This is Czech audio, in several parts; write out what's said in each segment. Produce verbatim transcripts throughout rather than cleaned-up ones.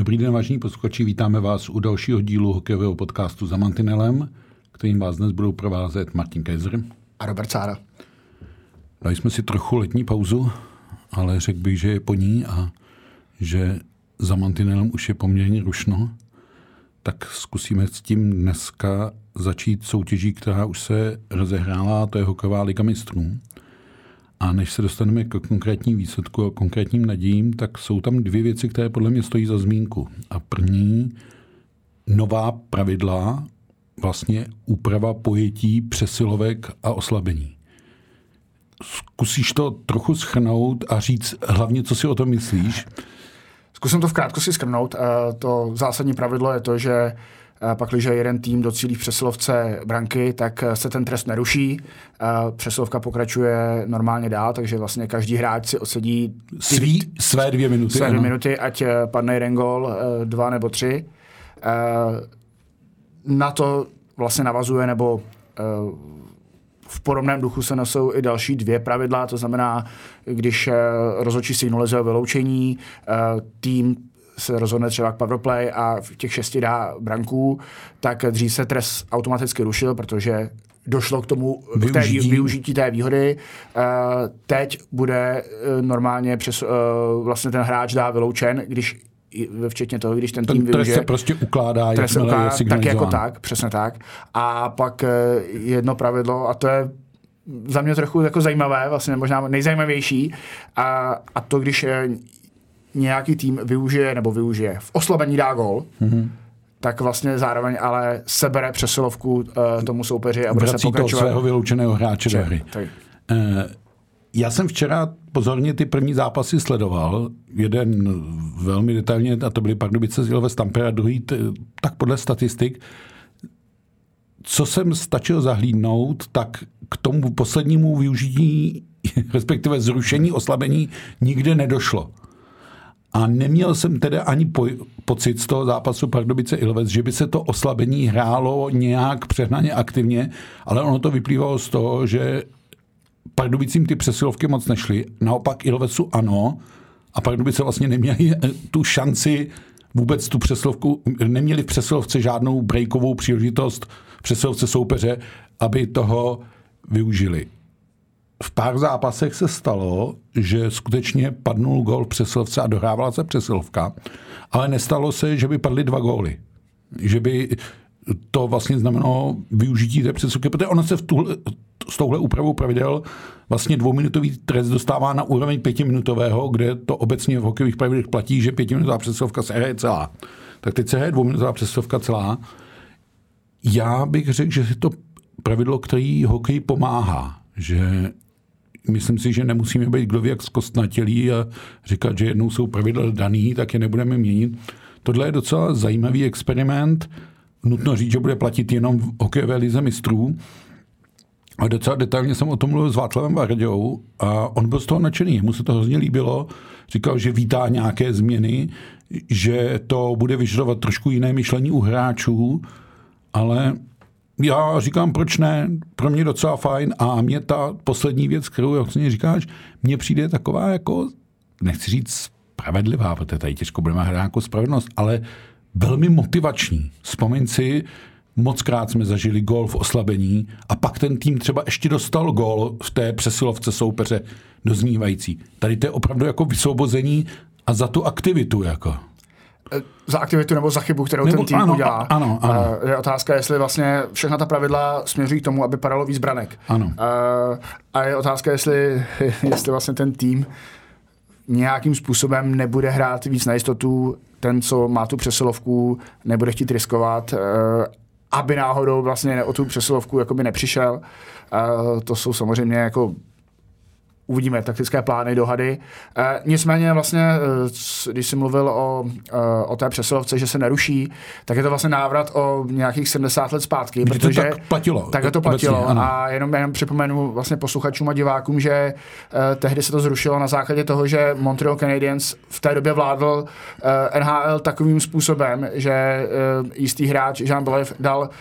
Dobrý den, vážení posluchači, vítáme vás u dalšího dílu hokejového podcastu Za mantinelem, kterým vás dnes budou provázet Martin Kejzer a Robert Sára. Dali jsme si trochu letní pauzu, ale řekl bych, že je po ní a že za mantinelem už je poměrně rušno, tak zkusíme s tím dneska začít soutěží, která už se rozehrála, to je hokejová liga mistrů. A než se dostaneme k konkrétním výsledku a konkrétním nadějím, tak jsou tam dvě věci, které podle mě stojí za zmínku. A první, nová pravidla, vlastně úprava pojetí přesilovek a oslabení. Zkusíš to trochu shrnout a říct hlavně, co si o tom myslíš? Zkusím to v krátkosti shrnout. To zásadní pravidlo je to, že pak, když jeden tým docílí v přesilovce branky, tak se ten trest neruší. Přesilovka pokračuje normálně dál, takže vlastně každý hráč si odsedí Svý, své dvě minuty. Své dvě minuty, ať padne jeden gól, dva nebo tři. Na to vlastně navazuje, nebo v podobném duchu se nosou i další dvě pravidla, to znamená, když rozhodčí signalizuje vyloučení, tým se rozhodne třeba k powerplay a v těch šesti dá branku, tak dřív se trest automaticky rušil, protože došlo k tomu využití, k té, využití té výhody. Teď bude normálně přes, vlastně ten hráč dá vyloučen, když včetně toho, když ten tým ten využije. Trest se prostě ukládá, trest se ukládá je tak jako tak, přesně tak. A pak jedno pravidlo, a to je za mě trochu jako zajímavé, vlastně možná nejzajímavější, a, a to, když nějaký tým využije, nebo využije, v oslabení dá gól, mm-hmm. tak vlastně zároveň ale sebere přesilovku uh, tomu soupeři a bude vrací se pokračovat. Vrací toho svého vyloučeného hráče do hry. Uh, já jsem včera pozorně ty první zápasy sledoval. Jeden velmi detailně, a to byly Pardubice z Ilves Tampere, a druhý t- tak podle statistik. Co jsem stačil zahlídnout, tak k tomu poslednímu využití, respektive zrušení oslabení, nikde nedošlo. A neměl jsem tedy ani po, pocit z toho zápasu Pardubice Ilves, že by se to oslabení hrálo nějak přehnaně aktivně, ale ono to vyplývalo z toho, že Pardubicím ty přesilovky moc nešly, naopak Ilvesu ano, a Pardubice vlastně neměli tu šanci vůbec tu přesilovku, neměli v přesilovce žádnou breakovou příležitost v přesilovce soupeře, aby toho využili. V pár zápasech se stalo, že skutečně padnul gól v přesilovce a dohrávala se přesilovka, ale nestalo se, že by padly dva góly. Že by to vlastně znamenalo využití té přesilovky, protože ono se v tuhle, s touhle úpravou pravidel vlastně dvouminutový trest dostává na úroveň pětiminutového, kde to obecně v hokejových pravidlech platí, že pětiminutová přesilovka se hraje celá. Tak teď se hraje dvouminutová přesilovka celá. Já bych řekl, že je to pravidlo, který hokej pomáhá, že myslím si, že nemusíme být kdo ví jak zkostnatělí a říkat, že jednou jsou pravidla daný, tak je nebudeme měnit. Tohle je docela zajímavý experiment. Nutno říct, že bude platit jenom v hokejové lize mistrů. A docela detailně jsem o tom mluvil s Václavem Varďou a on byl z toho nadšený. Mu se to hrozně líbilo. Říkal, že vítá nějaké změny, že to bude vyžadovat trošku jiné myšlení u hráčů, ale já říkám, proč ne, pro mě docela fajn a mě ta poslední věc, kterou vlastně říkáš, mně přijde taková jako, nechci říct spravedlivá, protože tady těžko budeme hrát jako spravedlnost, ale velmi motivační. Vzpomeň si, mockrát jsme zažili gól v oslabení a pak ten tým třeba ještě dostal gól v té přesilovce soupeře doznívající. Tady to je opravdu jako vysvobození a za tu aktivitu jako. Za aktivitu nebo za chybu, kterou nebo, ten tým ano, udělá. Ano, ano. Je otázka, jestli vlastně všechna ta pravidla směřují k tomu, aby padalo víc branek. Ano. A je otázka, jestli, jestli vlastně ten tým nějakým způsobem nebude hrát víc na jistotu, ten, co má tu přesilovku, nebude chtít riskovat, aby náhodou vlastně o tu přesilovku jakoby nepřišel. To jsou samozřejmě jako uvidíme taktické plány, dohady. E, nicméně vlastně, když jsi mluvil o, o té přesilovce, že se neruší, tak je to vlastně návrat o nějakých sedmdesát let zpátky. Protože protože to tak platilo. Tak to platilo. Obecně, a jenom, jenom připomenu vlastně posluchačům a divákům, že eh, tehdy se to zrušilo na základě toho, že Montreal Canadiens v té době vládl eh, N H L takovým způsobem, že eh, jistý hráč Jean Beliv dal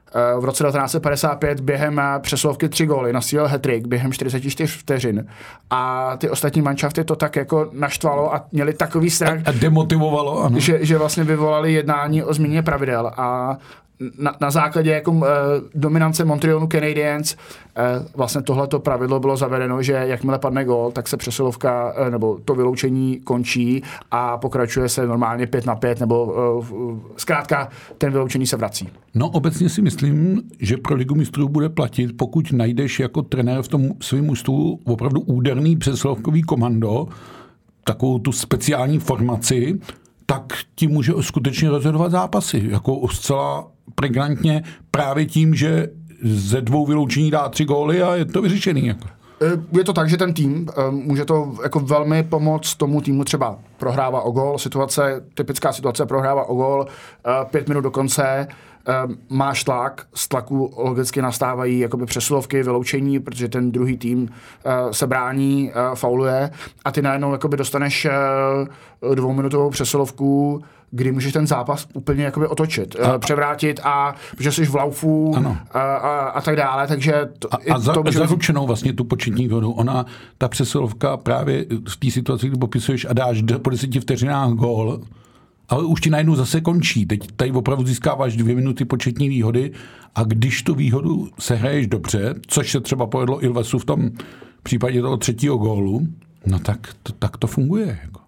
v roce devatenáct set padesát pět během přesilovky tři góly nastřílel hat-trick během čtyřicet čtyři vteřin a ty ostatní manšafty to tak jako naštvalo a měli takový strach. A demotivovalo, ano. Že, že vlastně vyvolali jednání o změně pravidel a Na, na základě jako, uh, dominance Montrealu Canadiens uh, vlastně tohleto pravidlo bylo zavedeno, že jakmile padne gól, tak se přesilovka uh, nebo to vyloučení končí a pokračuje se normálně pět na pět nebo uh, zkrátka ten vyloučení se vrací. No obecně si myslím, že pro Ligu mistrů bude platit, pokud najdeš jako trenér v tom svém mužstvu opravdu úderný přesilovkový komando, takovou tu speciální formaci, tak ti může skutečně rozhodovat zápasy. Jako zcela pregnantně právě tím, že ze dvou vyloučení dá tři góly a je to vyřešený. Jako. Je to tak, že ten tým může to jako velmi pomoct tomu týmu, třeba prohrává o gól, situace, typická situace prohrává o gól, pět minut do konce, máš tlak, z tlaku logicky nastávají jakoby přesilovky, vyloučení, protože ten druhý tým uh, se brání, uh, fauluje a ty najednou jakoby dostaneš uh, dvouminutovou přesilovku, kdy můžeš ten zápas úplně jakoby otočit, a, uh, převrátit a protože jsi v laufu uh, a, a tak dále, takže to, a, a za, to může... zaručenou vlastně tu početní vodu. Ona, ta přesilovka právě v té situaci, kdy popisuješ a dáš po deseti vteřinách gól, ale už ti najednou zase končí. Teď tady opravdu získáváš dvě minuty početní výhody a když tu výhodu sehraješ dobře, což se třeba povedlo Ilvesu v tom případě toho třetího gólu, no tak to, tak to funguje. Jako.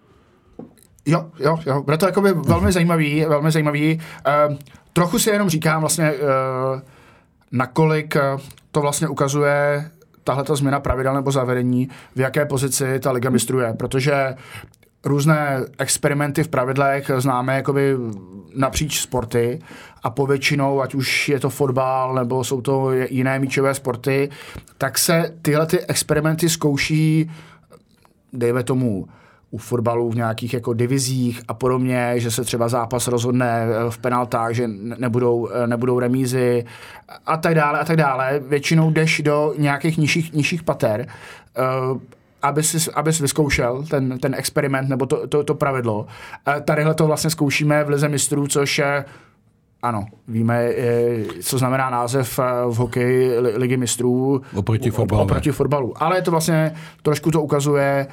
Jo, jo, jo. Bude to jakoby velmi zajímavý, velmi zajímavý. Uh, trochu si jenom říkám vlastně, uh, nakolik uh, to vlastně ukazuje tahleta změna pravidel nebo zavedení, v jaké pozici ta Liga mistrů je, protože různé experimenty v pravidlech známe jakoby napříč sporty a povětšinou, ať už je to fotbal nebo jsou to jiné míčové sporty, tak se tyhle ty experimenty zkouší, dejme tomu, u fotbalu v nějakých jako divizích a podobně, že se třeba zápas rozhodne v penaltách, že nebudou, nebudou remízy a tak dále a tak dále. Většinou jdeš do nějakých nižších, nižších pater, uh, abys, abys vyzkoušel ten, ten experiment nebo to, to, to pravidlo. Tadyhle to vlastně zkoušíme v Lize mistrů, což je, ano, víme, co znamená název v hokeji Ligy mistrů oproti fotbalu. Oproti fotbalu. Ale to vlastně trošku to ukazuje,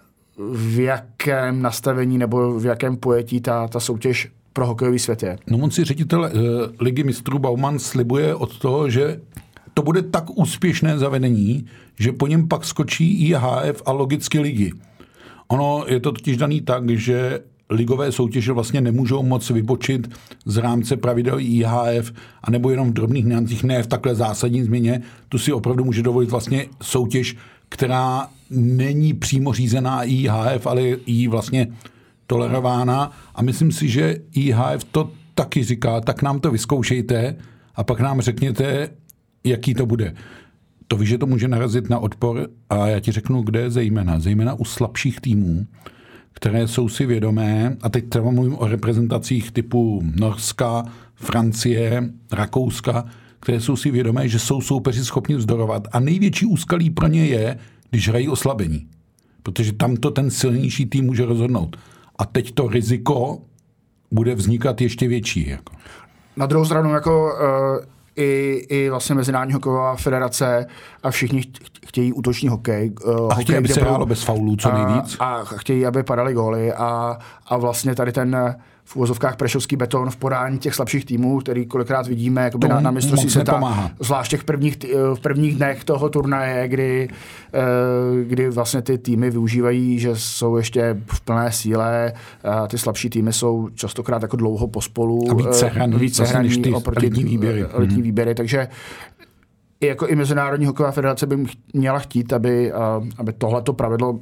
v jakém nastavení nebo v jakém pojetí ta, ta soutěž pro hokejový svět je. No on si ředitel uh, Ligy mistrů Baumann slibuje od toho, že to bude tak úspěšné zavedení, že po něm pak skočí I H F a logicky ligy. Ono je to totiž daný tak, že ligové soutěže vlastně nemůžou moc vybočit z rámce pravidel I H F, anebo jenom v drobných nuancích, ne v takhle zásadní změně. Tu si opravdu může dovolit vlastně soutěž, která není přímo řízená I H F, ale je vlastně tolerována. A myslím si, že I H F to taky říká, tak nám to vyzkoušejte a pak nám řekněte, jaký to bude. To víš, že to může narazit na odpor a já ti řeknu, kde je zejména. Zejména u slabších týmů, které jsou si vědomé, a teď třeba mluvím o reprezentacích typu Norska, Francie, Rakouska, které jsou si vědomé, že jsou soupeři schopni vzdorovat. A největší úskalí pro ně je, když hrají oslabení. Protože tam to ten silnější tým může rozhodnout. A teď to riziko bude vznikat ještě větší. Jako. Na druhou stranu, jako uh... I, i vlastně Mezinárodní hokejová federace a všichni chtějí útočný hokej. Uh, a chtějí, aby se hrálo bez faulů co nejvíc. A, a chtějí, aby padaly góly a, a vlastně tady ten v uvozovkách prešovský beton v podání těch slabších týmů, který kolikrát vidíme jakoby na, na mistrovství světa, zvlášť těch prvních, v prvních dnech toho turnaje, kdy, kdy vlastně ty týmy využívají, že jsou ještě v plné síle, a ty slabší týmy jsou častokrát jako dlouho pospolu. A více hraní, více vlastně hraní než ty oproti letní výběry. Letní výběry, takže i jako i Mezinárodní hokejová federace by měla chtít, aby, aby tohleto pravidlo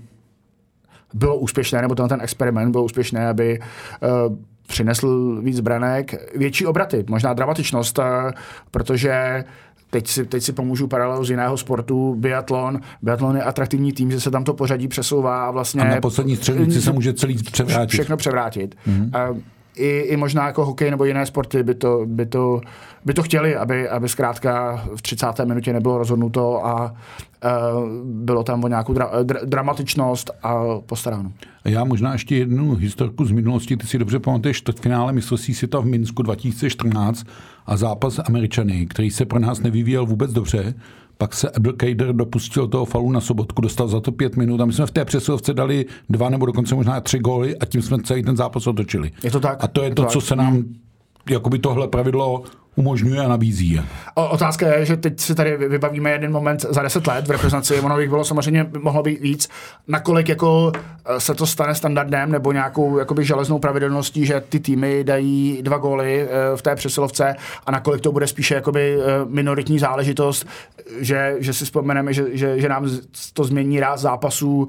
bylo úspěšné, nebo ten, ten experiment byl úspěšný, aby uh, přinesl víc branek, větší obraty, možná dramatičnost, uh, protože teď si, teď si pomůžu paralelu z jiného sportu, biatlon. Biatlon je atraktivní tým, že se tam to pořadí přesouvá a vlastně... A na poslední střelnici se může celý převrátit. Všechno převrátit. Mm-hmm. Uh, i, i možná jako hokej nebo jiné sporty by to, by to, by to chtěli, aby, aby zkrátka v třicáté minutě nebylo rozhodnuto a uh, bylo tam o nějakou dra, dra, dramatičnost a postaráno. A já možná ještě jednu historku z minulosti. Ty si dobře pamatuješ čtvrtfinále mistrovství světa v Minsku dva tisíce čtrnáct a zápas Američany, který se pro nás nevyvíjel vůbec dobře. Pak se Abdelkader dopustil toho faulu na Sobotku, dostal za to pět minut a my jsme v té přesilovce dali dva nebo dokonce možná tři góly a tím jsme celý ten zápas otočili. Je to tak? A to je to, to co se nám jakoby tohle pravidlo umožňuje a nabízí. O, otázka je, že teď si tady vybavíme jeden moment za deset let v reprezentaci, ono bych bylo samozřejmě mohlo být víc, nakolik jako se to stane standardem nebo nějakou jakoby železnou pravidelností, že ty týmy dají dva góly v té přesilovce a nakolik to bude spíše jakoby minoritní záležitost, že, že si vzpomeneme, že, že, že nám to změní ráz zápasů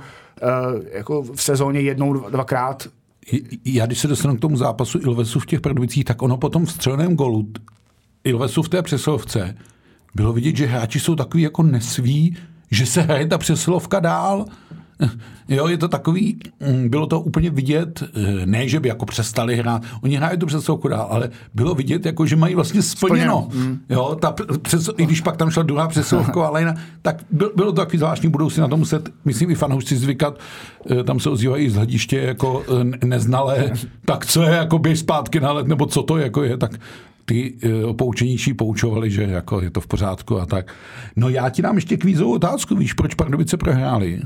jako v sezóně jednou, dvakrát. Já když se dostanu k tomu zápasu Ilvesu v těch Pardubicích, tak ono potom v střelném golu Ilvesu v té přesilovce bylo vidět, že hráči jsou takový jako nesví, že se hraje ta přesilovka dál. Jo, je to takový, bylo to úplně vidět, ne, že by jako přestali hrát, oni hrají tu přesilovku dál, ale bylo vidět, jako, že mají vlastně splněno. splněno. Jo, ta přes, i když pak tam šla druhá přesilovka, ale tak bylo to takový zvláštní, budou si na to muset, myslím, i fanoušci zvykat, tam se ozývají z hlediště jako neznalé, tak co je, jako běž zpátky na let, nebo co to jako je, tak ty opoučenější poučovali, že jako je to v pořádku a tak. No já ti dám ještě kvízovou otázku, víš, proč Pardubice prohráli?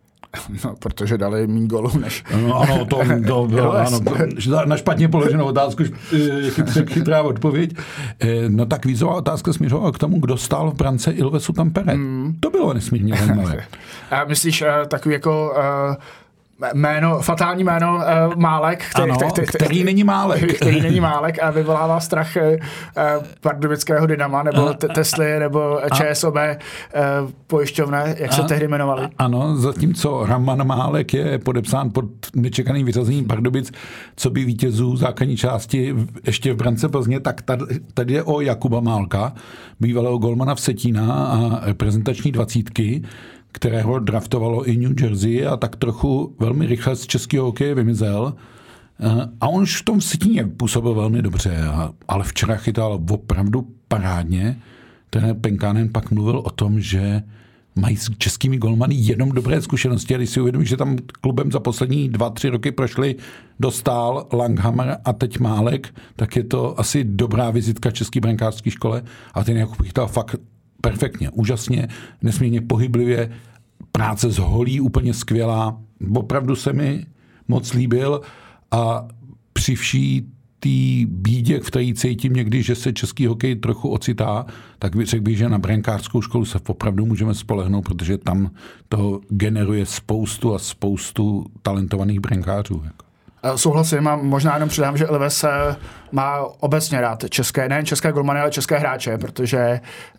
No, protože dali méně gólů než... No ano, to, to bylo, ano, to, na špatně položenou otázku chytrá, chytrá odpověď. No tak kvízová otázka směřovala k tomu, kdo stál v brance Ilvesu Tampere. Mm. To bylo nesmírně zajímavé. A myslíš takový jako... Uh, Jméno, fatální jméno uh, Málek, který, ano, který, který, který není Málek. Který není Málek a vyvolává strach uh, pardubického Dynama, nebo a, Tesly, nebo ČSOB uh, pojišťovné, jak a, se tehdy jmenovali. Ano, zatímco Roman Málek je podepsán pod nečekaným vyřazením Pardubic, co by vítězů základní části ještě v brance Plzně, tak tady, tady je o Jakuba Málka, bývalého golmana Vsetína a reprezentační dvacítky, kterého draftovalo i New Jersey a tak trochu velmi rychle z českého hokeje vymizel. A on už v tom Vsetíně působil velmi dobře, ale včera chytal opravdu parádně. Ten Penkánen pak mluvil o tom, že mají s českými golmany jenom dobré zkušenosti. A když si uvědomí, že tam klubem za poslední dva, tři roky prošli Dostál, Langhammer a teď Málek, tak je to asi dobrá vizitka české brankářské škole. A ten Jakub chytal fakt perfektně, úžasně, nesmírně pohyblivě, práce z holí úplně skvělá, opravdu se mi moc líbil a při vší té bídě, v které cítím někdy, že se český hokej trochu ocitá, tak bych řekl bych, že na brankářskou školu se opravdu můžeme spolehnout, protože tam to generuje spoustu a spoustu talentovaných brankářů. Jako. Souhlasím a možná jenom přidám, že Ilves má obecně rád české, nejen české golmany, ale české hráče, protože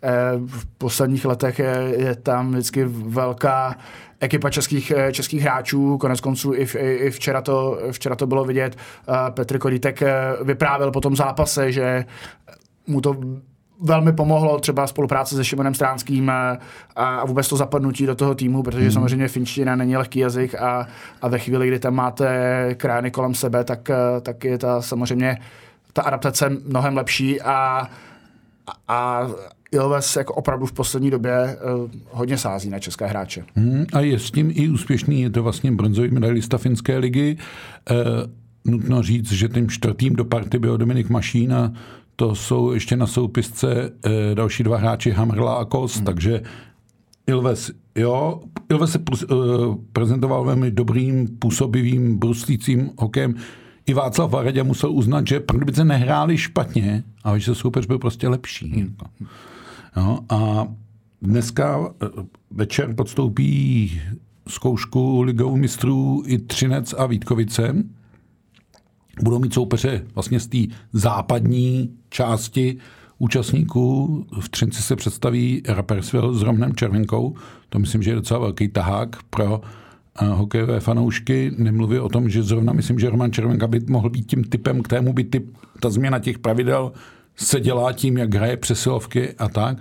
v posledních letech je, je tam vždycky velká ekipa českých, českých hráčů, konec konců i, v, i včera, to, včera to bylo vidět. Petr Kodítek vyprávěl po tom zápase, že mu to velmi pomohlo třeba spolupráce se Šimonem Stránským a, a vůbec to zapadnutí do toho týmu, protože mm. samozřejmě finština není lehký jazyk a, a ve chvíli, kdy tam máte krajiny kolem sebe, tak, tak je ta samozřejmě ta adaptace mnohem lepší a, a Ilves jako opravdu v poslední době uh, hodně sází na české hráče. Mm, a je s tím i úspěšný, je to vlastně bronzový medailista finské ligy. E, nutno říct, že tím čtvrtým do party byl Dominik Mašín a to jsou ještě na soupisce e, další dva hráči Hamrla a Kos, hmm. takže Ilves, jo, Ilves se pr- e, prezentoval velmi dobrým, působivým, bruslícím hokejem. I Václav Varadě musel uznat, že Pardubice nehráli špatně, ale že soupeř byl prostě lepší. Hmm. Jo, a dneska večer podstoupí zkoušku Ligou mistrů i Třinec a Vítkovice. Budou mít soupeře vlastně z té západní části účastníků. V Třinci se představí Rapperswil s Romanem Červenkou. To myslím, že je docela velký tahák pro uh, hokejové fanoušky. Nemluví o tom, že zrovna myslím, že Roman Červenka by mohl být tím typem, kterému by typ, ta změna těch pravidel se dělá tím, jak hraje přesilovky a tak.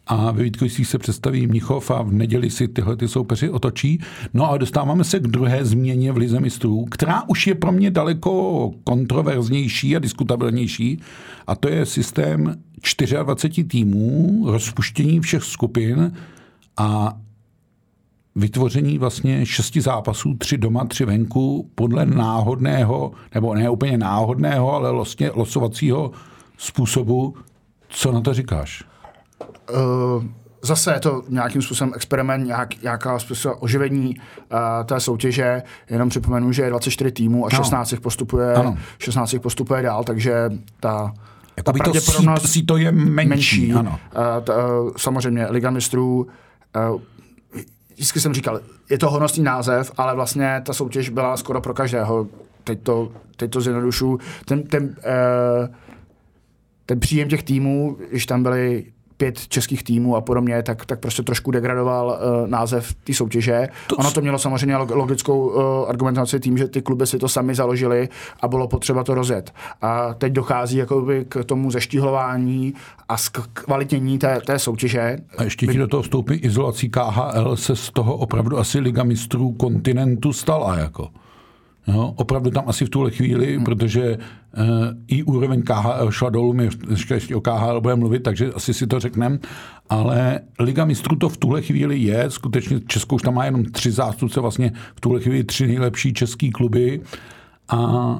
a ve Vítkovicích se představí Mnichov a v neděli si tyhle ty soupeři otočí. No a dostáváme se k druhé změně v Lize mistrů, která už je pro mě daleko kontroverznější a diskutabilnější, a to je systém dvacet čtyři týmů, rozpuštění všech skupin a vytvoření vlastně šesti zápasů, tři doma, tři venku, podle náhodného, nebo ne úplně náhodného, ale vlastně losovacího způsobu. Co na to říkáš? Uh, zase je to nějakým způsobem experiment, nějak, nějaká způsob oživení uh, té soutěže. Jenom připomenu, že je dvacet čtyři týmů a šestnáct jich postupuje, šestnáct jich postupuje dál, takže ta, ta pravděpodobnost to, sí, to je menší. menší. Ano. Uh, t, uh, samozřejmě Liga mistrů, uh, vždycky jsem říkal, je to honosný název, ale vlastně ta soutěž byla skoro pro každého. Teď to, teď to zjednodušu. Ten, ten, uh, ten příjem těch týmů, když tam byly pět českých týmů a podobně, tak, tak prostě trošku degradoval uh, název té soutěže. To ono to mělo samozřejmě logickou uh, argumentaci tím, že ty kluby si to sami založili a bylo potřeba to rozjet. A teď dochází jakoby k tomu zeštíhlování a zkvalitnění té, té soutěže. A ještě ti do toho vstoupí izolací K H L, se z toho opravdu asi Liga mistrů kontinentu stala jako. No, opravdu tam asi v tuhle chvíli, hmm. protože uh, i úroveň K H L šla dolů, my ještě o K H L budeme mluvit, takže asi si to řekneme, ale Liga mistrů to v tuhle chvíli je, skutečně Česko už tam má jenom tři zástupce, vlastně v tuhle chvíli tři nejlepší český kluby a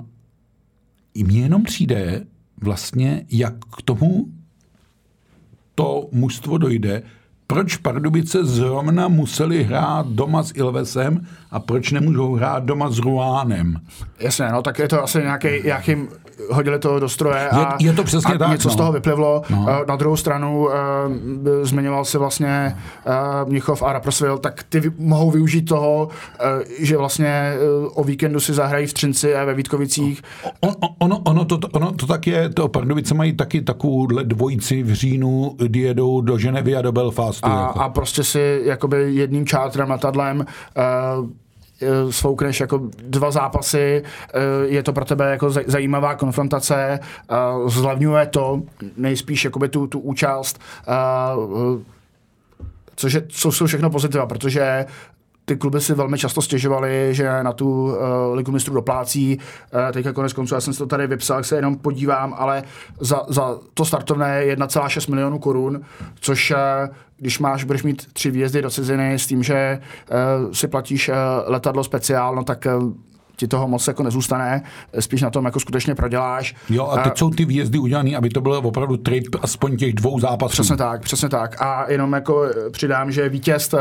mně jenom přijde vlastně, jak k tomu to mužstvo dojde, proč Pardubice zrovna museli hrát doma s Ilvesem a proč nemůžou hrát doma s Ruánem? Jasně, no tak je to asi nějaký, jakým hodili to do stroje a, je, je to přesně a tak, něco no. z toho vyplivlo. No. Na druhou stranu uh, zmiňoval si vlastně uh, Mnichov a Rapperswil, tak ty mohou využít toho, uh, že vlastně uh, o víkendu si zahrají v Třinci a ve Vítkovicích. On, ono, ono, to, ono to tak je, to Pardubice mají taky takovouhle dvojici v říjnu, kdy jedou do Ženevy a do Belfastu. A, jako. a prostě si jakoby jedním čátrem letadlem uh, svoukneš jako dva zápasy, je to pro tebe jako zajímavá konfrontace, zlevňuje to nejspíš jakoby tu, tu účast, což je, co jsou všechno pozitiva, protože ty kluby si velmi často stěžovaly, že na tu uh, Ligu mistrů doplácí. Uh, teďka konec konců, já jsem si to tady vypsal, jak se jenom podívám, ale za, za to startovné je jedna celá šest milionu korun, což uh, když máš, budeš mít tři výjezdy do ciziny s tím, že uh, si platíš uh, letadlo speciál, no tak uh, ti toho moc jako nezůstane, spíš na tom jako skutečně proděláš. Jo, a teď jsou ty výjezdy udělaný, aby to bylo opravdu trip aspoň těch dvou zápasů. Přesně tak, přesně tak. A jenom jako přidám, že vítěz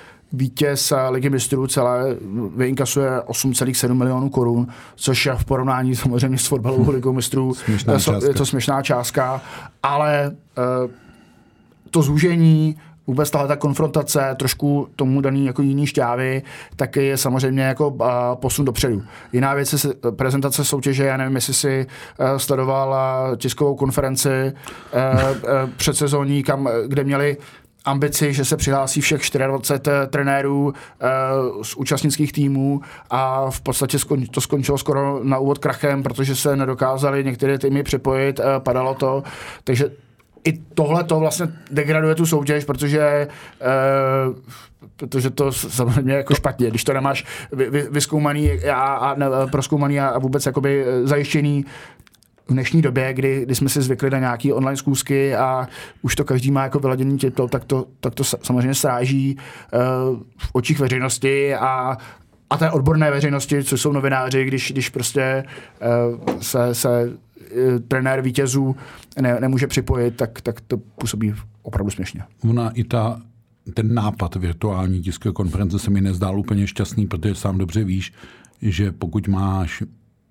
Vítěz Ligy mistrů celé vyinkasuje osm celá sedm milionů korun, což je v porovnání samozřejmě s fotbalovou Ligou mistrů je to směšná částka, ale uh, to zúžení, vůbec tahle ta konfrontace, trošku tomu daný jako jiný šťávy, tak je samozřejmě jako uh, posun dopředu. Jiná věc je prezentace soutěže, já nevím, jestli si uh, sledoval uh, tiskovou konferenci uh, uh, předsezónní, kam, kde měli ambici, že se přihlásí všech dvacet čtyři trenérů uh, z účastnických týmů a v podstatě skon, to skončilo skoro na úvod krachem, protože se nedokázali některé týmy připojit, uh, padalo to, takže i tohle to vlastně degraduje tu soutěž, protože uh, protože to samozřejmě jako špatně, když to nemáš vy, vy, vyzkoumaný a, a ne, prozkoumaný a vůbec jakoby zajištěný v dnešní době, kdy, kdy jsme si zvykli na nějaký online zkoušky a už to každý má jako vyladěný titul, tak to, tak to samozřejmě sráží uh, v očích veřejnosti a, a té odborné veřejnosti, což jsou novináři, když, když prostě uh, se, se uh, trenér vítězů ne, nemůže připojit, tak, tak to působí opravdu směšně. Ona i ta, ten nápad virtuální tiskové konference se mi nezdál úplně šťastný, protože sám dobře víš, že pokud máš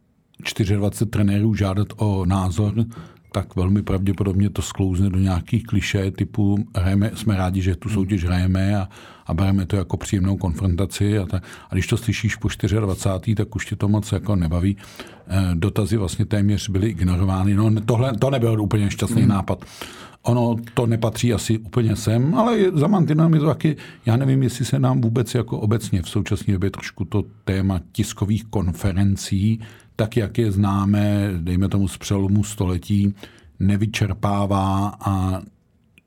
dvacet čtyři trenérů žádat o názor, tak velmi pravděpodobně to sklouzne do nějakých klišé typu hrajeme, jsme rádi, že tu soutěž hrajeme a, a bereme to jako příjemnou konfrontaci. A, ta, a když to slyšíš po dvacátém čtvrtém tak už tě to moc jako nebaví. E, dotazy vlastně téměř byly ignorovány. No, tohle, to nebyl úplně šťastný mm. nápad. Ono to nepatří asi úplně sem, ale za mantinami je to taky, já nevím, jestli se nám vůbec jako obecně v současné době trošku to téma tiskových konferencí, tak jak je známe, dejme tomu z přelomu století, nevyčerpává a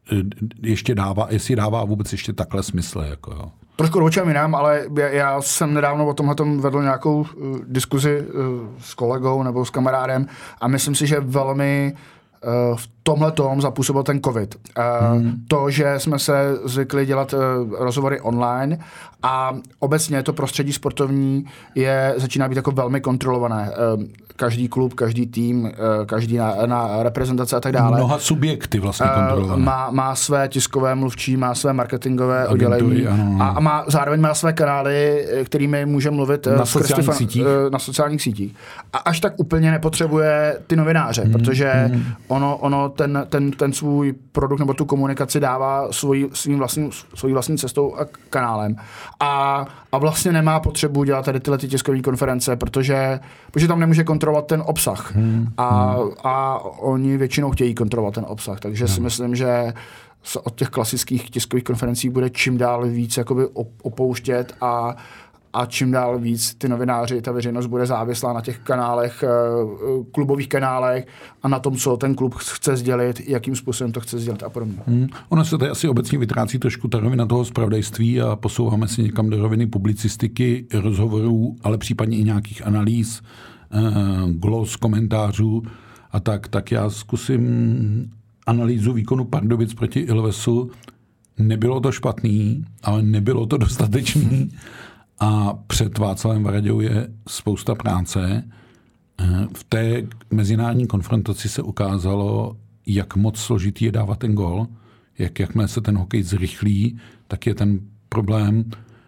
ještě dává, jestli dává vůbec ještě takhle smysl. Jako, jo. Trošku do očem jinam, ale já jsem nedávno o tomhle vedl nějakou uh, diskuzi uh, s kolegou nebo s kamarádem a myslím si, že velmi uh, v tomhle tom zapůsobil ten covid. Uh, hmm. To, že jsme se zvykli dělat uh, rozhovory online a obecně to prostředí sportovní je, začíná být jako velmi kontrolované. Uh, každý klub, každý tým, uh, každý na, na reprezentace a tak dále. Mnoha subjekty vlastně kontrolované. Uh, má, má své tiskové mluvčí, má své marketingové oddělení a, a má, zároveň má své kanály, kterými může mluvit na sociálních, fan, sítích. na sociálních sítích. A až tak úplně nepotřebuje ty novináře, hmm. protože hmm. ono, ono ten, ten, ten svůj produkt nebo tu komunikaci dává svůj, svým vlastním, svojí vlastní cestou a kanálem. A, a vlastně nemá potřebu dělat tady tyhle ty tiskové konference, protože, protože tam nemůže kontrolovat ten obsah. Hmm. A, a oni většinou chtějí kontrolovat ten obsah. Takže hmm. si myslím, že se od těch klasických tiskových konferencí bude čím dál víc jakoby opouštět a a čím dál víc ty novináři, ta veřejnost bude závislá na těch kanálech, klubových kanálech a na tom, co ten klub chce sdělit, jakým způsobem to chce sdělit a podobně. Hmm. Ono se tady asi obecně vytrácí trošku ta rovina toho zpravodajství a posouváme se někam do roviny publicistiky, rozhovorů, ale případně i nějakých analýz, eh, gloss, komentářů a tak. Tak já zkusím analýzu výkonu Pardubic proti Ilvesu. Nebylo to špatný, ale nebylo to dostatečný. A před Václavem Varaďou je spousta práce. V té mezinárodní konfrontaci se ukázalo, jak moc složitý je dávat ten gól. Jak, jakmile se ten hokej zrychlí, tak je ten problém.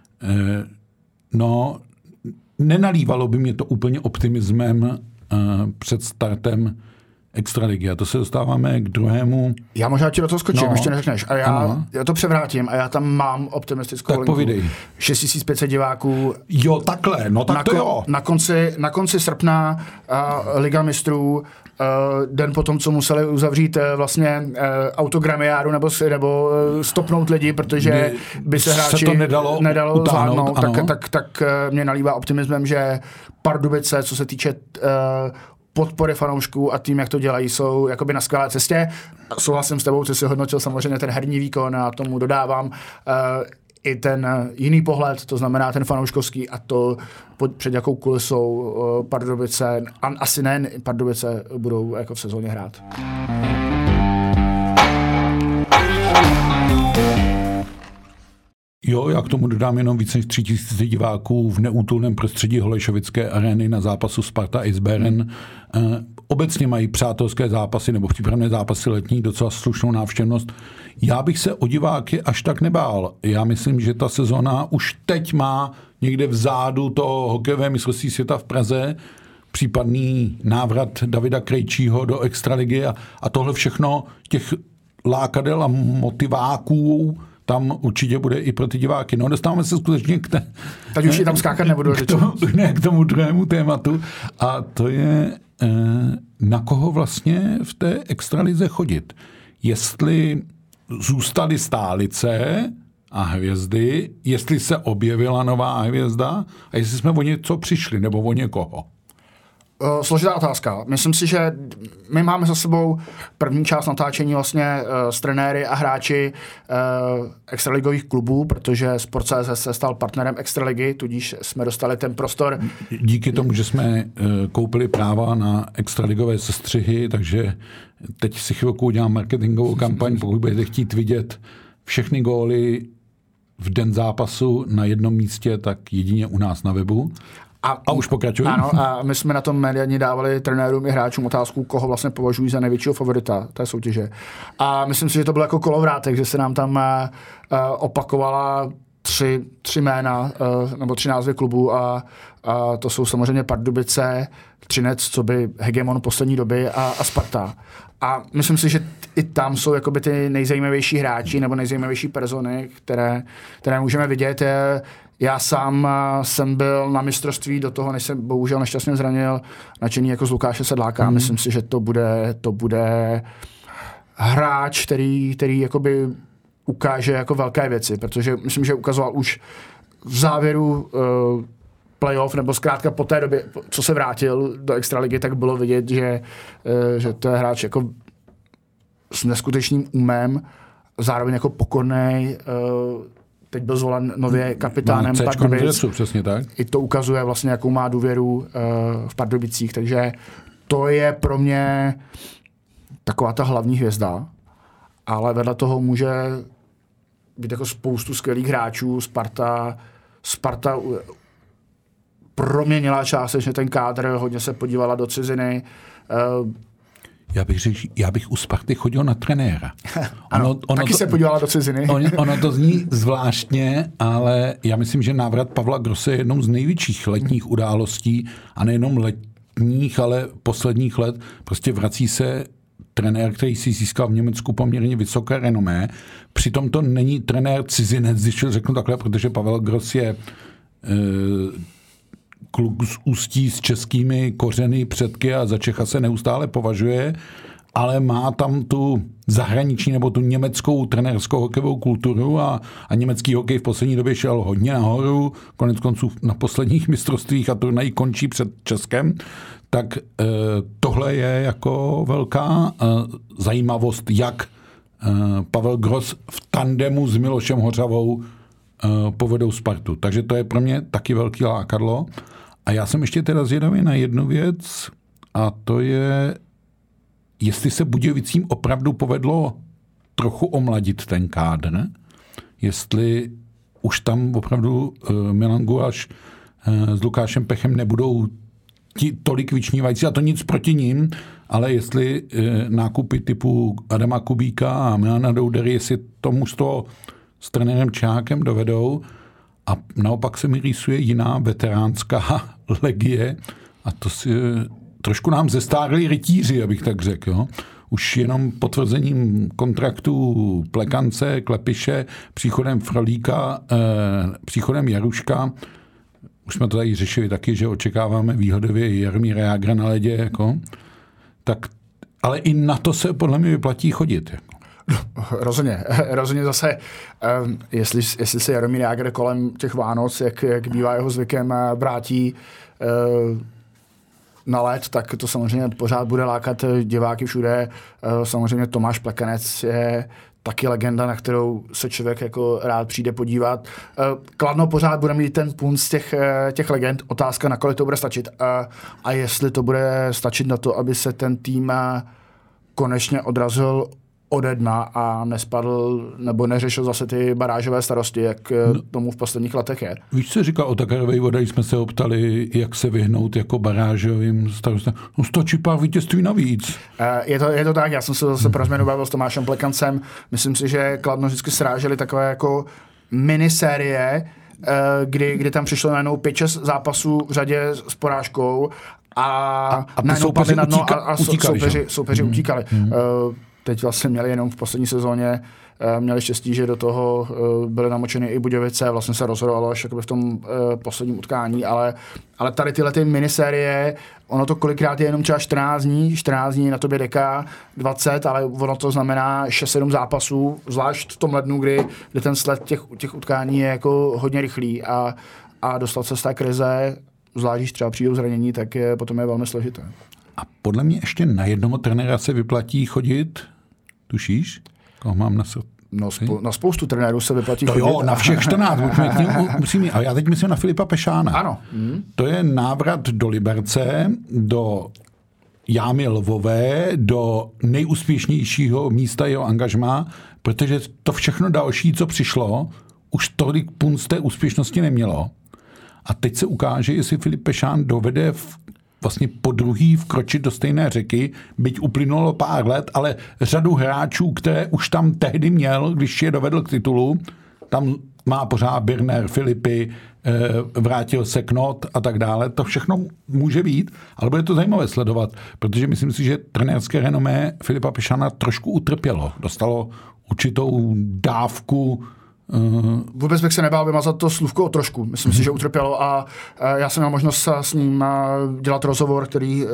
No, nenalívalo by mě to úplně optimismem před startem Extraligy. A to se dostáváme k druhému. Já možná ti do toho skočím, no, ještě neřekneš. A já, já to převrátím a já tam mám optimistickou tak linku. Povídej. šest tisíc pět set diváků. Jo, takhle, no tak na to ko- jo. Na konci, na konci srpna uh, Liga mistrů, uh, den potom, co museli uzavřít uh, vlastně uh, autogramiádu nebo, nebo uh, stopnout lidi, protože Mě by se hráči se to nedalo, nedalo zvládnout, tak, tak, tak uh, mě nalívá optimismem, že Pardubice, co se týče uh, podpory fanoušků a tím, jak to dělají, jsou jakoby na skvělé cestě. Souhlasím s tebou, ty si hodnotil samozřejmě ten herní výkon a tomu dodávám uh, i ten jiný pohled, to znamená ten fanouškovský a to pod, před jakou kulisou uh, Pardubice, a asi ne Pardubice budou jako v sezóně hrát. Jo, já k tomu dodám jenom více než tři tisíce diváků v neútulném prostředí Holešovické arény na zápasu Sparta Eisbären. Eh, obecně mají přátelské zápasy nebo přípravné zápasy letní docela slušnou návštěvnost. Já bych se o diváky až tak nebál. Já myslím, že ta sezona už teď má někde vzadu to hokejové mistrovství světa v Praze, případný návrat Davida Krejčího do Extraligy a, a tohle všechno těch lákadel a motiváků tam určitě bude i pro ty diváky. No, dostáváme se skutečně k té... Teď už je tam skákat nebudu. K tomu, ne, k tomu druhému tématu. A to je, eh, na koho vlastně v té extralize chodit. Jestli zůstaly stálice a hvězdy, jestli se objevila nová hvězda a jestli jsme o něco přišli, nebo o někoho. Uh, složitá otázka. Myslím si, že my máme za sebou první část natáčení vlastně uh, s trenéry a hráči uh, extraligových klubů, protože Sport tečka cé zet se stal partnerem Extraligy, tudíž jsme dostali ten prostor. Díky tomu, že jsme uh, koupili práva na extraligové sestřihy, takže teď si chvilku udělám marketingovou kampaň, pokud budete chtít vidět všechny góly v den zápasu na jednom místě, tak jedině u nás na webu. A, a už pokračujeme. Ano, a my jsme na tom médiani dávali trenérům i hráčům otázku, koho vlastně považují za největšího favorita té soutěže. A myslím si, že to bylo jako kolovrátek, že se nám tam uh, opakovala tři, tři jména, uh, nebo tři názvy klubů a, a to jsou samozřejmě Pardubice, Třinec, co by hegemon poslední doby a, a Sparta. A myslím si, že t- i tam jsou jakoby ty nejzajímavější hráči nebo nejzajímavější persony, které, které můžeme vidět. Je, já sám jsem byl na mistrovství do toho, než jsem bohužel nešťastně zranil, nadšený jako z Lukáše Sedláka. Mm. Myslím si, že to bude, to bude hráč, který, který jakoby ukáže jako velké věci, protože myslím, že ukazoval už v závěru uh, playoff, nebo zkrátka po té době, co se vrátil do extraligy, tak bylo vidět, že, uh, že to je hráč jako s neskutečným umem zároveň jako pokornej, teď byl zvolen nově kapitánem Pardubic. Přesně tak. I to ukazuje vlastně, jakou má důvěru v Pardubicích, takže to je pro mě taková ta hlavní hvězda, ale vedle toho může být jako spoustu skvělých hráčů. Sparta, Sparta proměnila částečně ten kádr, hodně se podívala do ciziny. Já bych řekl, já bych u Sparty chodil na trenéra. Ano, ono, ono taky to, se podívala do ciziny. On, ono to zní zvláštně, ale já myslím, že návrat Pavla Grosse je jednou z největších letních událostí a nejenom letních, ale posledních let. Prostě vrací se trenér, který si získal v Německu poměrně vysoké renomé. Přitom to není trenér cizinec, když řeknu takhle, protože Pavel Gross je e, kluk z Ústí s českými kořeny, předky a za Čecha se neustále považuje, ale má tam tu zahraniční nebo tu německou trenérskou hokejovou kulturu a, a německý hokej v poslední době šel hodně nahoru, konec konců na posledních mistrovstvích a turnají končí před Českem, tak e, tohle je jako velká e, zajímavost, jak e, Pavel Gross v tandemu s Milošem Hořavou e, povedou Spartu. Takže to je pro mě taky velký lákadlo. A já jsem ještě teda zvědavý na jednu věc a to je, jestli se Budějovicím opravdu povedlo trochu omladit ten kádr, jestli už tam opravdu uh, Milan Guláš uh, s Lukášem Pechem nebudou ti tolik vyčnívající, a to nic proti ním, ale jestli uh, nákupy typu Adama Kubíka a Milana Doudery, jestli to mužstvo s trenérem Čákem dovedou. A naopak se mi rýsuje jiná veteránská legie a to si trošku nám zestárli rytíři, abych tak řekl. Jo. Už jenom potvrzením kontraktu Plekance, Klepiše, příchodem Frolíka, eh, příchodem Jaruška, už jsme to tady řešili taky, že očekáváme výhodově Jaromíra Jágra na ledě, jako, tak, ale i na to se podle mě vyplatí chodit. Jako. Rozhodně, rozhodně zase, um, jestli, jestli se Jaromír Jágr kolem těch Vánoc, jak, jak bývá jeho zvykem, vrátí uh, na led, tak to samozřejmě pořád bude lákat diváky všude. Uh, samozřejmě Tomáš Plekanec je taky legenda, na kterou se člověk jako rád přijde podívat. Uh, Kladno pořád bude mít ten punt z těch, uh, těch legend. Otázka, nakolik to bude stačit. Uh, a jestli to bude stačit na to, aby se ten tým uh, konečně odrazil ode dna a nespadl nebo neřešil zase ty barážové starosti, jak no, tomu v posledních letech je. Víš, co říká o Takarové Vodě, jsme se optali, jak se vyhnout jako barážovým starostem. No stačí pár vítězství navíc. Je to, je to tak, já jsem se zase pro změnu bavil s Tomášem Plekancem. Myslím si, že Kladno vždycky sráželi takové jako minisérie, kdy, kdy tam přišlo najednou pět šest zápasů v řadě s porážkou a, a, a najednou padli na dno a, a utíkali, soupeři, soupeři hmm. utíkali. Hmm. Uh, Teď vlastně měli jenom v poslední sezóně, měli štěstí, že do toho byly namočeny i Budějovice, vlastně se rozhodovalo až v tom posledním utkání, ale, ale tady tyhle ty minisérie, ono to kolikrát je jenom třeba čtrnáct dní, čtrnáct dní na tobě deká dvacet, ale ono to znamená šest sedm zápasů, zvlášť v tom lednu, kdy, kdy ten sled těch, těch utkání je jako hodně rychlý a, a dostat se z té krize, zvlášť když třeba přijdou zranění, tak je, potom je velmi složité. A podle mě ještě na jednoho trenéra se vyplatí chodit. Tušíš? Koho mám na srdci? No, spo, na spoustu trenérů se vyplatí to chodit. Jo, na všech čtrnáct. Musím, a já teď myslím na Filipa Pešána. Ano. Hmm. To je návrat do Liberce, do Jámy Lvové, do nejúspěšnějšího místa jeho angažmá, protože to všechno další, co přišlo, už tolik punt z té úspěšnosti nemělo. A teď se ukáže, jestli Filip Pešán dovede v vlastně po druhý vkročit do stejné řeky, byť uplynulo pár let, ale řadu hráčů, které už tam tehdy měl, když je dovedl k titulu, tam má pořád Birner, Filipy, vrátil se Knot a tak dále. To všechno může být, ale bude to zajímavé sledovat, protože myslím si, že trenérské renomé Filipa Pešána trošku utrpělo. Dostalo určitou dávku. Uh... Vůbec bych se nebál vymazat to slůvko o trošku. Myslím si, že utrpělo a uh, já jsem měl možnost s ním uh, dělat rozhovor, který uh,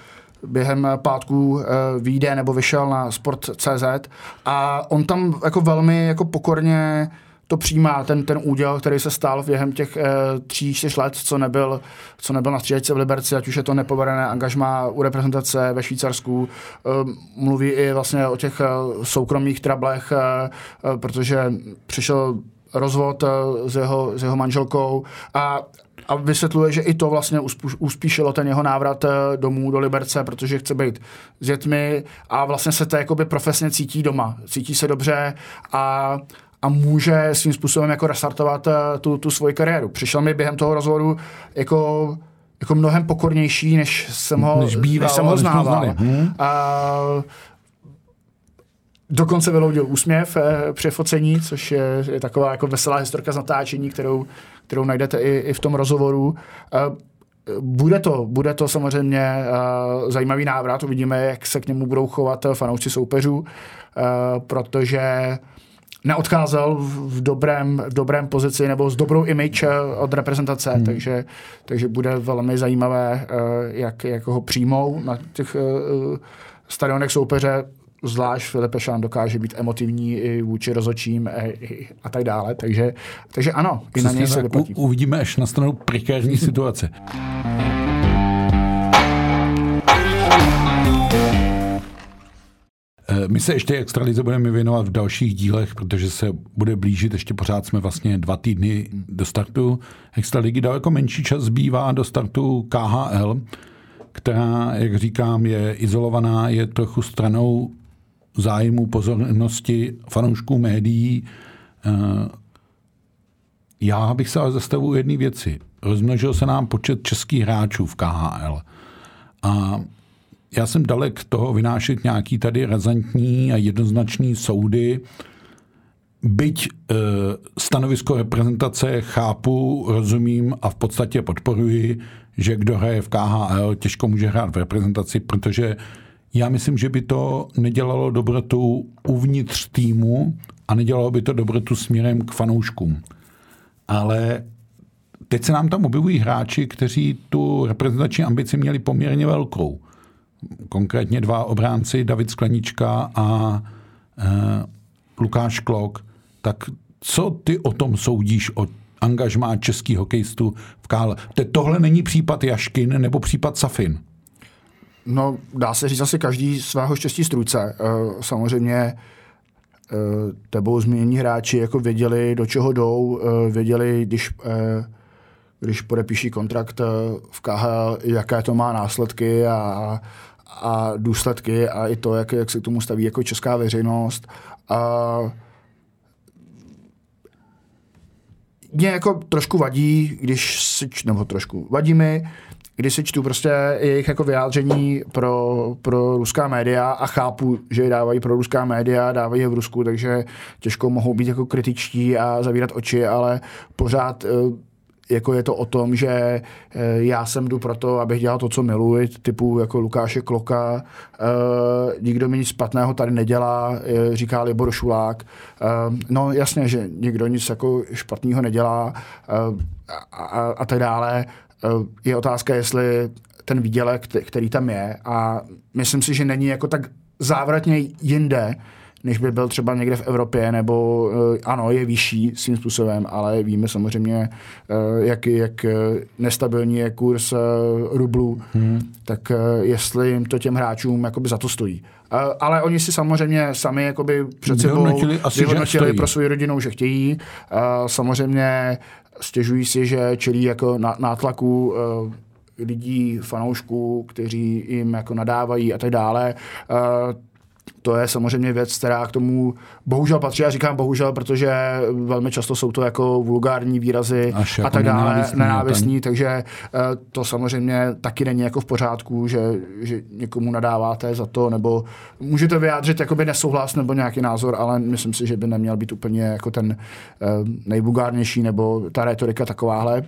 během pátku uh, vyjde nebo vyšel na sport tečka cé zet a on tam jako velmi jako pokorně to přijímá, ten, ten úděl, který se stal během těch e, tří, čtyř let, co nebyl, co nebyl na střídačce v Liberci, ať už je to nepovedené angažmá u reprezentace ve Švýcarsku. E, mluví i vlastně o těch e, soukromých trablech, e, e, protože přišel rozvod e, s, jeho, s jeho manželkou a A vysvětluje, že i to vlastně uspíšilo ten jeho návrat domů do Liberce, protože chce být s dětmi a vlastně se to jakoby profesně cítí doma. Cítí se dobře a, a může svým způsobem jako restartovat tu, tu svoji kariéru. Přišel mi během toho rozhovoru jako, jako mnohem pokornější, než jsem ho, než býval, než jsem ho znával. Hmm. A, dokonce vyloudil úsměv eh, při focení, což je, je taková jako veselá historka z natáčení, kterou, kterou najdete i, i v tom rozhovoru. Eh, bude to, bude to samozřejmě eh, zajímavý návrat, uvidíme, jak se k němu budou chovat fanoušci soupeřů, eh, protože neodcházel v dobrém, v dobrém pozici nebo s dobrou image od reprezentace, hmm. takže, takže bude velmi zajímavé, eh, jak, jak ho přijmou na těch eh, stadionech soupeře. Zvlášť Filip Ešán dokáže být emotivní i vůči rozhodčím a tak dále. Takže, takže ano, i na něj se vyplatí. Uvidíme, až nastanou prekérní situace. My se ještě extralize budeme věnovat v dalších dílech, protože se bude blížit, ještě pořád jsme vlastně dva týdny do startu extraligy. Daleko menší čas zbývá do startu K H L, která, jak říkám, je izolovaná, je trochu stranou zájmu, pozornosti fanoušků médií. Já bych se ale zastavil u jedné věci. Rozmnožil se nám počet českých hráčů v K H L. A já jsem dalek toho vynášet nějaký tady razantní a jednoznačný soudy. Byť e, stanovisko reprezentace chápu, rozumím a v podstatě podporuji, že kdo hraje v K H L, těžko může hrát v reprezentaci, protože já myslím, že by to nedělalo dobrotu uvnitř týmu a nedělalo by to dobrotu směrem k fanouškům. Ale teď se nám tam objevují hráči, kteří tu reprezentační ambici měli poměrně velkou. Konkrétně dva obránci, David Sklenička a e, Lukáš Klok. Tak co ty o tom soudíš, o angažmá českých hokejistů v K H L? Tohle není případ Jaškin nebo případ Safin? No, dá se říct asi každý svého štěstí strůjce. E, samozřejmě e, tebou zmínění hráči jako věděli, do čeho jdou, e, věděli, když, e, když podepíší kontrakt v K H L, jaké to má následky a, a důsledky a i to, jak, jak se k tomu staví jako česká veřejnost. A mě jako trošku vadí, když si, nebo trošku vadí mi, když si čtu prostě jejich jako vyjádření pro, pro ruská média a chápu, že je dávají pro ruská média, dávají je v Rusku, takže těžko mohou být jako kritičtí a zavírat oči, ale pořád jako je to o tom, že já sem jdu proto, abych dělal to, co miluji, typu jako Lukáše Kloka, nikdo mi nic špatného tady nedělá, říká Libor Šulák. No jasně, že nikdo nic jako špatného nedělá a, a, a tak dále. Je otázka, jestli ten výdělek, který tam je, a myslím si, že není jako tak závratně jinde, než by byl třeba někde v Evropě, nebo ano, je vyšší svým způsobem, ale víme samozřejmě, jak, jak nestabilní je kurz rublu, hmm. tak jestli jim to těm hráčům jakoby za to stojí. Ale oni si samozřejmě sami jakoby před sebou vyhodnotili pro svou rodinu, že chtějí. Samozřejmě stěžují si, že čelí jako nátlaku lidí, fanoušků, kteří jim jako nadávají a tak dále. To je samozřejmě věc, která k tomu bohužel patří. Já říkám bohužel, protože velmi často jsou to jako vulgární výrazy Až a tak dále, nenávistný, nenávistný takže to samozřejmě taky není jako v pořádku, že, že někomu nadáváte za to, nebo můžete vyjádřit jakoby nesouhlas nebo nějaký názor, ale myslím si, že by neměl být úplně jako ten nejvulgárnější nebo ta retorika takováhle.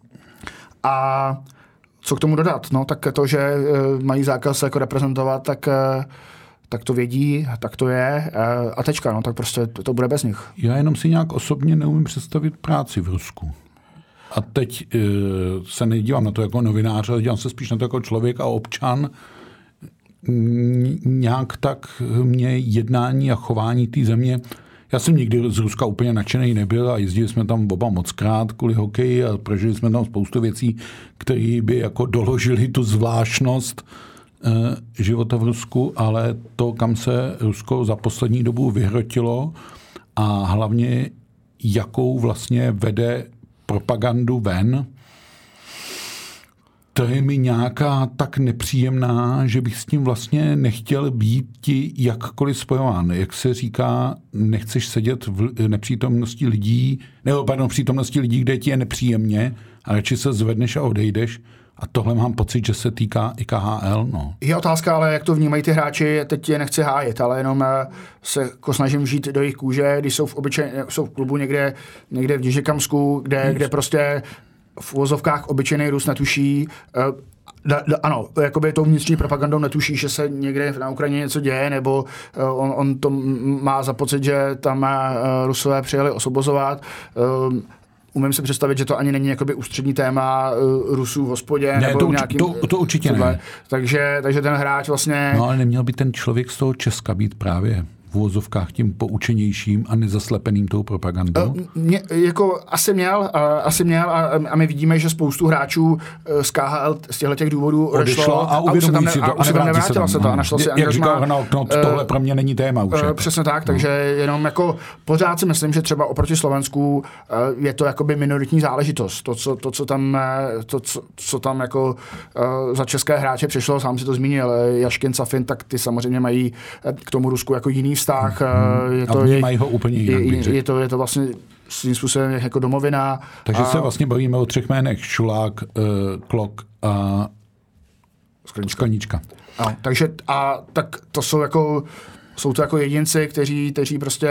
A co k tomu dodat? No, tak to, že mají zákaz jako reprezentovat, tak tak to vědí, tak to je a tečka, no tak prostě to, to bude bez nich. Já jenom si nějak osobně neumím představit práci v Rusku. A teď e, se nedívám na to jako novinář, ale dívám se spíš na to jako člověk a občan. Nějak tak mě jednání a chování té země, Já jsem nikdy z Ruska úplně nadšený nebyl a jezdili jsme tam oba mockrát kvůli hokeji a prožili jsme tam spoustu věcí, které by jako doložili tu zvláštnost e, života v Rusku, ale to, kam se Rusko za poslední dobu vyhrotilo a hlavně jakou vlastně vede propagandu ven, to je mi nějaká tak nepříjemná, že bych s tím vlastně nechtěl být ti jakkoliv spojován. Jak se říká, nechceš sedět v nepřítomnosti lidí, nebo pardon, v přítomnosti lidí, kde ti je nepříjemně, a radši se zvedneš a odejdeš. A tohle mám pocit, že se týká i K H L. No. Je otázka, ale jak to vnímají ty hráči, teď je nechci hájit, ale jenom se jako snažím žít do jejich kůže, když jsou v, obyčej, jsou v klubu někde, někde v Nižikamsku, kde, kde prostě v uvozovkách obyčejný Rus netuší, uh, da, da, ano, jakoby tou vnitřní propagandou netuší, že se někde na Ukrajině něco děje, nebo uh, on, on to má za pocit, že tam uh, Rusové přijeli osvobozovat. Uh, Umím si představit, že to ani není jakoby ústřední téma uh, Rusů v hospodě. Ne, nebo to, v nějakým, to, to určitě tohle. Ne. Takže, takže ten hráč vlastně... No ale neměl by ten člověk z toho Česka být právě v uvozovkách tím poučenějším a nezaslepeným tou propagandou? Mě, jako asi měl, a, asi měl a, a my vidíme, že spoustu hráčů z K H L z těchto těch důvodů odešlo a uvědomují si to a, a už se tam nevrátilo se to a našlo si jak angažmá. Říkal, no, no, tohle pro mě není téma už. Uh, jako. Přesně tak, takže no. Jenom jako pořád si myslím, že třeba oproti Slovensku uh, je to jakoby minoritní záležitost. To, co, to, co tam, to, co, co tam jako uh, za české hráče přišlo, sám si to zmínil, Jaškin, Safin, tak ty samozřejmě mají k tomu Rusku jako jiný vztah. Hmm. Je to, a vnímají ho úplně jinak. Je, je, to, je to vlastně svým způsobem jako domovina. Takže a... se vlastně bavíme o třech jménech. Šulák, uh, Klok a Sklenička. A, takže a tak to jsou jako jsou to jako jedinci, kteří, kteří prostě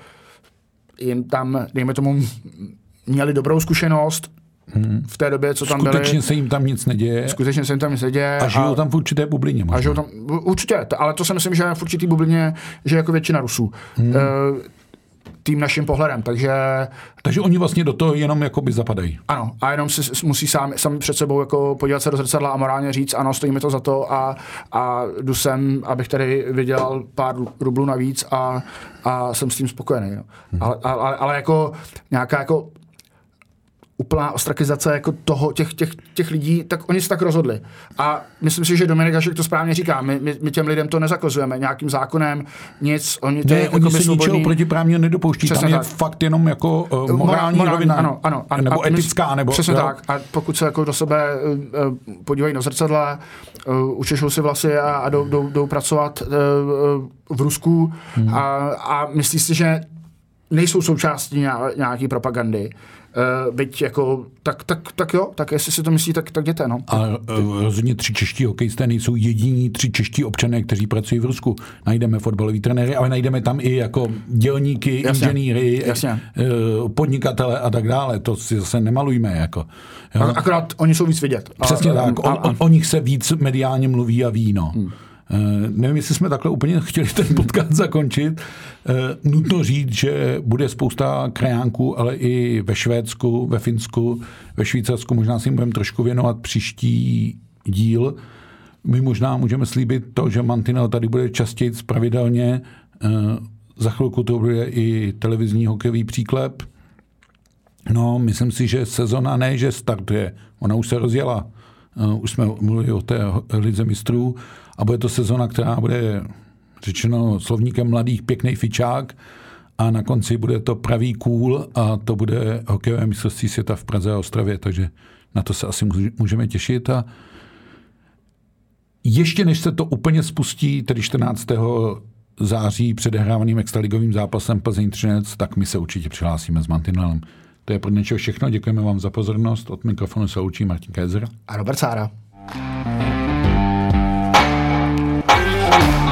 jim tam, dejme tomu, měli dobrou zkušenost hmm. v té době, co tam byli. Skutečně se jim tam nic neděje. Skutečně se jim tam nic neděje. A žijou a, tam v určité bublině. Možná. A žijou tam, určitě, ale to si myslím, že v určitý bublině, že jako většina Rusů. Hmm. E, tím naším pohledem, takže... Takže oni vlastně do toho jenom jakoby zapadají. Ano, a jenom si musí sami, sami před sebou jako podívat se do zrcadla a morálně říct, ano, stojí mi to za to a, a jdu sem, abych tady vydělal pár rublů navíc a, a jsem s tím spokojený. No. Hmm. Ale, ale, ale jako nějaká jako úplná ostrakizace jako toho, těch, těch, těch lidí, tak oni se tak rozhodli. A myslím si, že Dominik Hašek to správně říká. My, my, my těm lidem to nezakazujeme nějakým zákonem, nic. Oni, to ne, je, oni se svobodný... ničeho protiprávně nedopouští. Přesně tam je tak. Fakt jenom jako uh, morální, morální rovina. Ano, ano. A, nebo a etická. Nebo, přesně jo? tak. A pokud se jako do sebe uh, podívají do zrcadla, uh, učešou si vlasy a, a jdou, jdou, jdou pracovat uh, v Rusku hmm. a, a myslí si, že nejsou součástí nějaký propagandy. Uh, byť jako, tak, tak, tak jo, tak jestli si to myslí, tak, tak jděte, no. A uh, rozhodně tři čeští hokejisté nejsou jediní tři čeští občané, kteří pracují v Rusku. Najdeme fotbaloví trenéry, ale najdeme tam i jako dělníky, jasně, inženýry, jasně. Uh, podnikatele a tak dále. To si zase nemalujme, jako. Jo? Akorát oni jsou víc vidět. Přesně a, tak, a, a, o, o nich se víc mediálně mluví a ví, no. Hmm. Uh, nevím, jestli jsme takhle úplně chtěli ten podcast zakončit. Uh, nutno říct, že bude spousta krajánků, ale i ve Švédsku, ve Finsku, ve Švýcarsku. Možná si jim budeme trošku věnovat příští díl. My možná můžeme slíbit to, že Mantinel tady bude častěji pravidelně. Uh, za chvilku to bude i televizní hokejový příklep. No, myslím si, že sezona ne, že startuje. Ona už se rozjela. Uh, už jsme mluvili o té lize mistrů. A bude to sezona, která bude řečeno slovníkem mladých pěkný fičák a na konci bude to pravý kůl a to bude hokejové mistrovství světa v Praze a Ostravě, takže na to se asi můžeme těšit. A ještě než se to úplně spustí, tedy čtrnáctého září předehrávaným extraligovým zápasem Plzeň Třinec, tak my se určitě přihlásíme s Mantinelem. To je pro dnešek všechno, děkujeme vám za pozornost. Od mikrofonu se loučí Martin Kézer a Robert Sára. Thank you.